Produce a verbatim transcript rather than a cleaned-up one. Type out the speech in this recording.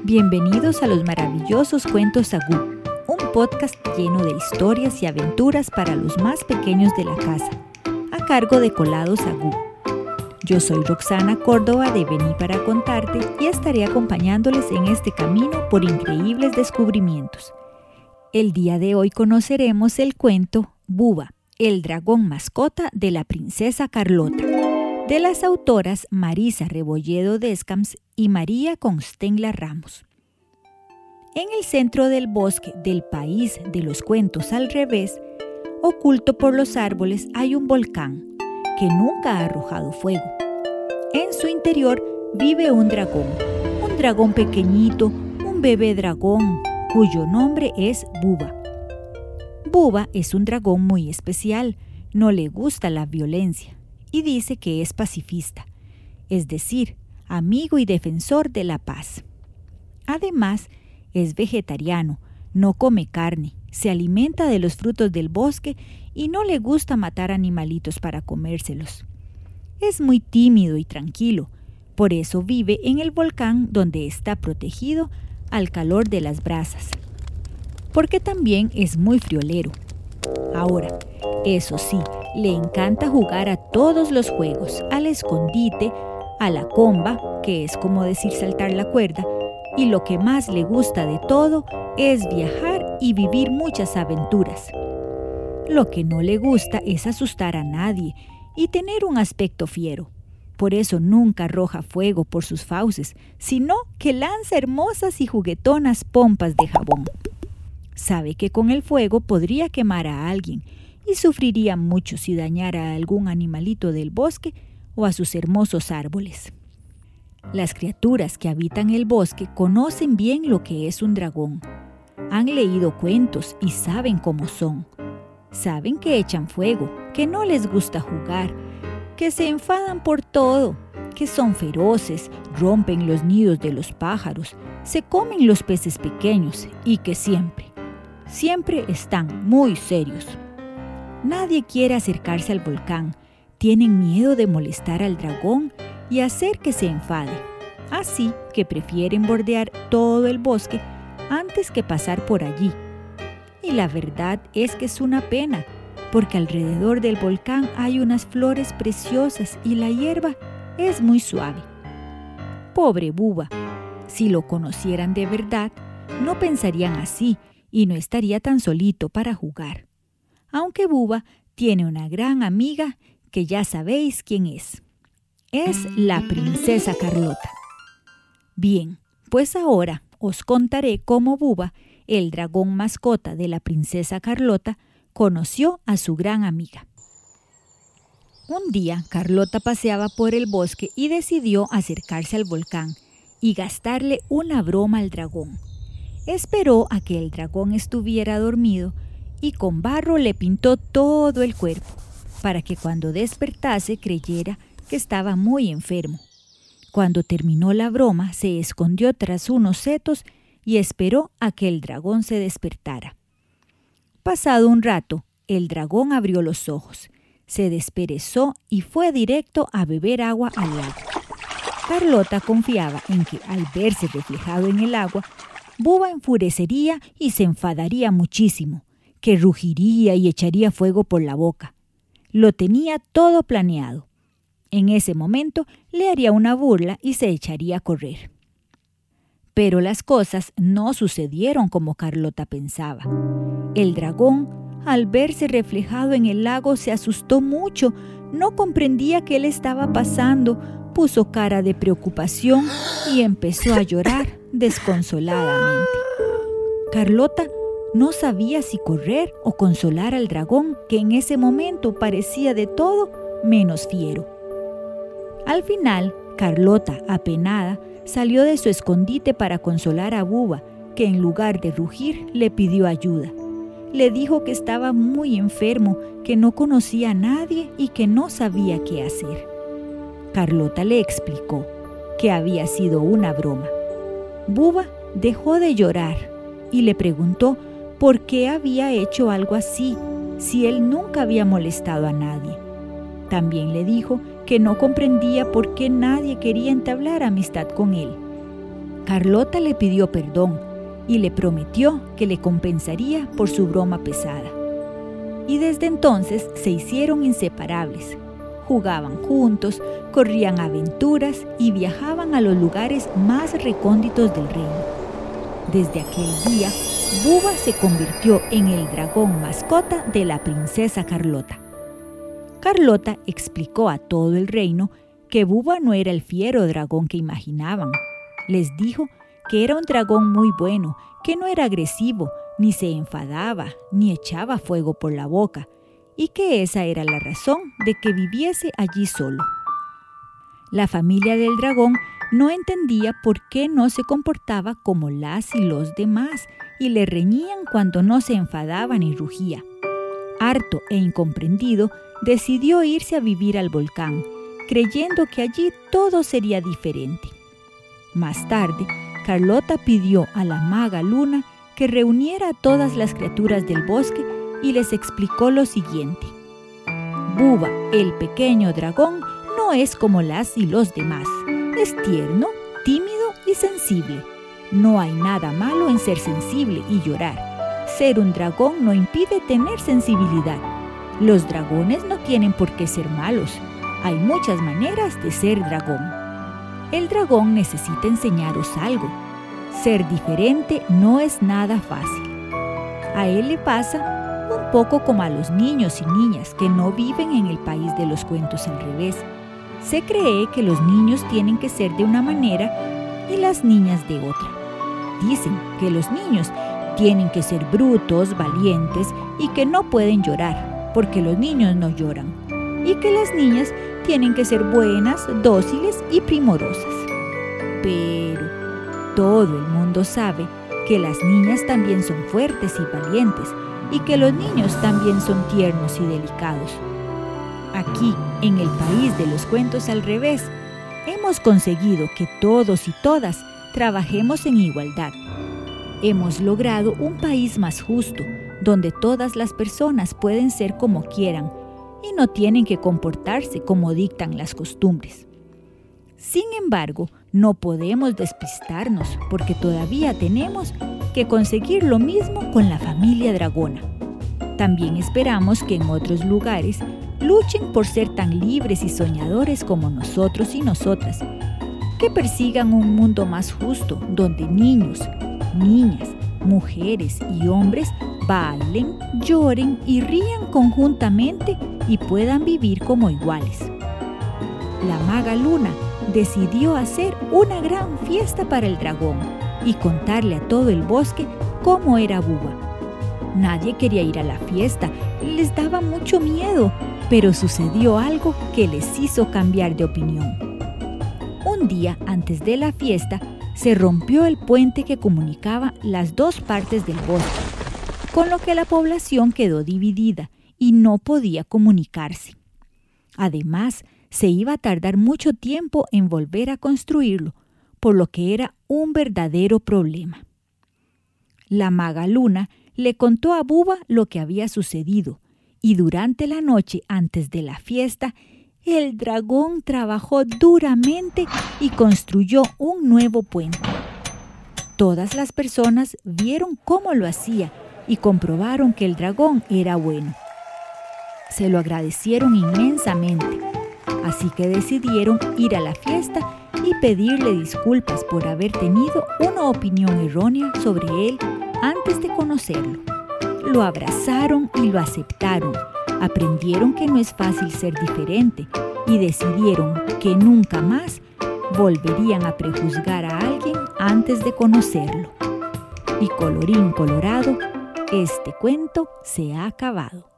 Bienvenidos a los maravillosos cuentos Agú, un podcast lleno de historias y aventuras para los más pequeños de la casa, a cargo de Colados Agú. Yo soy Roxana Córdoba de Vení para Contarte y estaré acompañándoles en este camino por increíbles descubrimientos. El día de hoy conoceremos el cuento Buba, el dragón mascota de la princesa Carlota, de las autoras Marisa Rebolledo Descams y María Constenla Ramos. En el centro del bosque del país de los cuentos al revés, oculto por los árboles, hay un volcán que nunca ha arrojado fuego. En su interior vive un dragón, un dragón pequeñito, un bebé dragón, cuyo nombre es Buba. Buba es un dragón muy especial, no le gusta la violencia y dice que es pacifista, es decir, amigo y defensor de la paz. Además, es vegetariano, no come carne, se alimenta de los frutos del bosque y no le gusta matar animalitos para comérselos. Es muy tímido y tranquilo, por eso vive en el volcán donde está protegido al calor de las brasas. Porque también es muy friolero. Ahora, eso sí, le encanta jugar a todos los juegos, al escondite, a la comba, que es como decir saltar la cuerda, y lo que más le gusta de todo es viajar y vivir muchas aventuras. Lo que no le gusta es asustar a nadie y tener un aspecto fiero. Por eso nunca arroja fuego por sus fauces, sino que lanza hermosas y juguetonas pompas de jabón. Sabe que con el fuego podría quemar a alguien y sufriría mucho si dañara a algún animalito del bosque o a sus hermosos árboles. Las criaturas que habitan el bosque conocen bien lo que es un dragón. Han leído cuentos y saben cómo son. Saben que echan fuego, que no les gusta jugar, que se enfadan por todo, que son feroces, rompen los nidos de los pájaros, se comen los peces pequeños y que siempre, siempre están muy serios. Nadie quiere acercarse al volcán, tienen miedo de molestar al dragón y hacer que se enfade, así que prefieren bordear todo el bosque antes que pasar por allí. Y la verdad es que es una pena, porque alrededor del volcán hay unas flores preciosas y la hierba es muy suave. Pobre Buba, si lo conocieran de verdad, no pensarían así y no estaría tan solito para jugar. Aunque Buba tiene una gran amiga que ya sabéis quién es. Es la princesa Carlota. Bien, pues ahora os contaré cómo Buba, el dragón mascota de la princesa Carlota, conoció a su gran amiga. Un día, Carlota paseaba por el bosque y decidió acercarse al volcán y gastarle una broma al dragón. Esperó a que el dragón estuviera dormido y con barro le pintó todo el cuerpo, para que cuando despertase creyera que estaba muy enfermo. Cuando terminó la broma, se escondió tras unos setos y esperó a que el dragón se despertara. Pasado un rato, el dragón abrió los ojos, se desperezó y fue directo a beber agua al lago. Carlota confiaba en que, al verse reflejado en el agua, Buba enfurecería y se enfadaría muchísimo, que rugiría y echaría fuego por la boca. Lo tenía todo planeado. En ese momento le haría una burla y se echaría a correr. Pero las cosas no sucedieron como Carlota pensaba. El dragón, al verse reflejado en el lago, se asustó mucho, no comprendía qué le estaba pasando, puso cara de preocupación y empezó a llorar desconsoladamente. Carlota no sabía si correr o consolar al dragón, que en ese momento parecía de todo menos fiero. Al final, Carlota, apenada, salió de su escondite para consolar a Buba, que en lugar de rugir le pidió ayuda. Le dijo que estaba muy enfermo, que no conocía a nadie y que no sabía qué hacer. Carlota le explicó que había sido una broma. Buba dejó de llorar y le preguntó por qué había hecho algo así, si él nunca había molestado a nadie. También le dijo que no comprendía por qué nadie quería entablar amistad con él. Carlota le pidió perdón y le prometió que le compensaría por su broma pesada. Y desde entonces se hicieron inseparables. Jugaban juntos, corrían aventuras y viajaban a los lugares más recónditos del reino. Desde aquel día, Bubba se convirtió en el dragón mascota de la princesa Carlota. Carlota explicó a todo el reino que Bubba no era el fiero dragón que imaginaban. Les dijo que era un dragón muy bueno, que no era agresivo, ni se enfadaba, ni echaba fuego por la boca, y que esa era la razón de que viviese allí solo. La familia del dragón no entendía por qué no se comportaba como las y los demás, y le reñían cuando no se enfadaba ni rugía. Harto e incomprendido, decidió irse a vivir al volcán, creyendo que allí todo sería diferente. Más tarde, Carlota pidió a la maga Luna que reuniera a todas las criaturas del bosque y les explicó lo siguiente. Bubba, el pequeño dragón, no es como las y los demás. Es tierno, tímido y sensible. No hay nada malo en ser sensible y llorar. Ser un dragón no impide tener sensibilidad. Los dragones no tienen por qué ser malos. Hay muchas maneras de ser dragón. El dragón necesita enseñaros algo. Ser diferente no es nada fácil. A él le pasa un poco como a los niños y niñas que no viven en el país de los cuentos al revés. Se cree que los niños tienen que ser de una manera y las niñas de otra. Dicen que los niños tienen que ser brutos, valientes y que no pueden llorar, porque los niños no lloran. Y que las niñas tienen que ser buenas, dóciles y primorosas. Pero todo el mundo sabe que las niñas también son fuertes y valientes y que los niños también son tiernos y delicados. Aquí, en el país de los cuentos al revés, hemos conseguido que todos y todas trabajemos en igualdad. Hemos logrado un país más justo, donde todas las personas pueden ser como quieran y no tienen que comportarse como dictan las costumbres. Sin embargo, no podemos despistarnos porque todavía tenemos que conseguir lo mismo con la familia dragona. También esperamos que en otros lugares luchen por ser tan libres y soñadores como nosotros y nosotras, que persigan un mundo más justo donde niños, niñas, mujeres y hombres bailen, lloren y rían conjuntamente y puedan vivir como iguales. La maga Luna decidió hacer una gran fiesta para el dragón y contarle a todo el bosque cómo era Bubba. Nadie quería ir a la fiesta, les daba mucho miedo, pero sucedió algo que les hizo cambiar de opinión. Un día antes de la fiesta, se rompió el puente que comunicaba las dos partes del bosque, con lo que la población quedó dividida y no podía comunicarse. Además, se iba a tardar mucho tiempo en volver a construirlo, por lo que era un verdadero problema. La maga Luna le contó a Bubba lo que había sucedido, y durante la noche antes de la fiesta, el dragón trabajó duramente y construyó un nuevo puente. Todas las personas vieron cómo lo hacía y comprobaron que el dragón era bueno. Se lo agradecieron inmensamente, así que decidieron ir a la fiesta y pedirle disculpas por haber tenido una opinión errónea sobre él antes de conocerlo. Lo abrazaron y lo aceptaron, aprendieron que no es fácil ser diferente y decidieron que nunca más volverían a prejuzgar a alguien antes de conocerlo. Y colorín colorado, este cuento se ha acabado.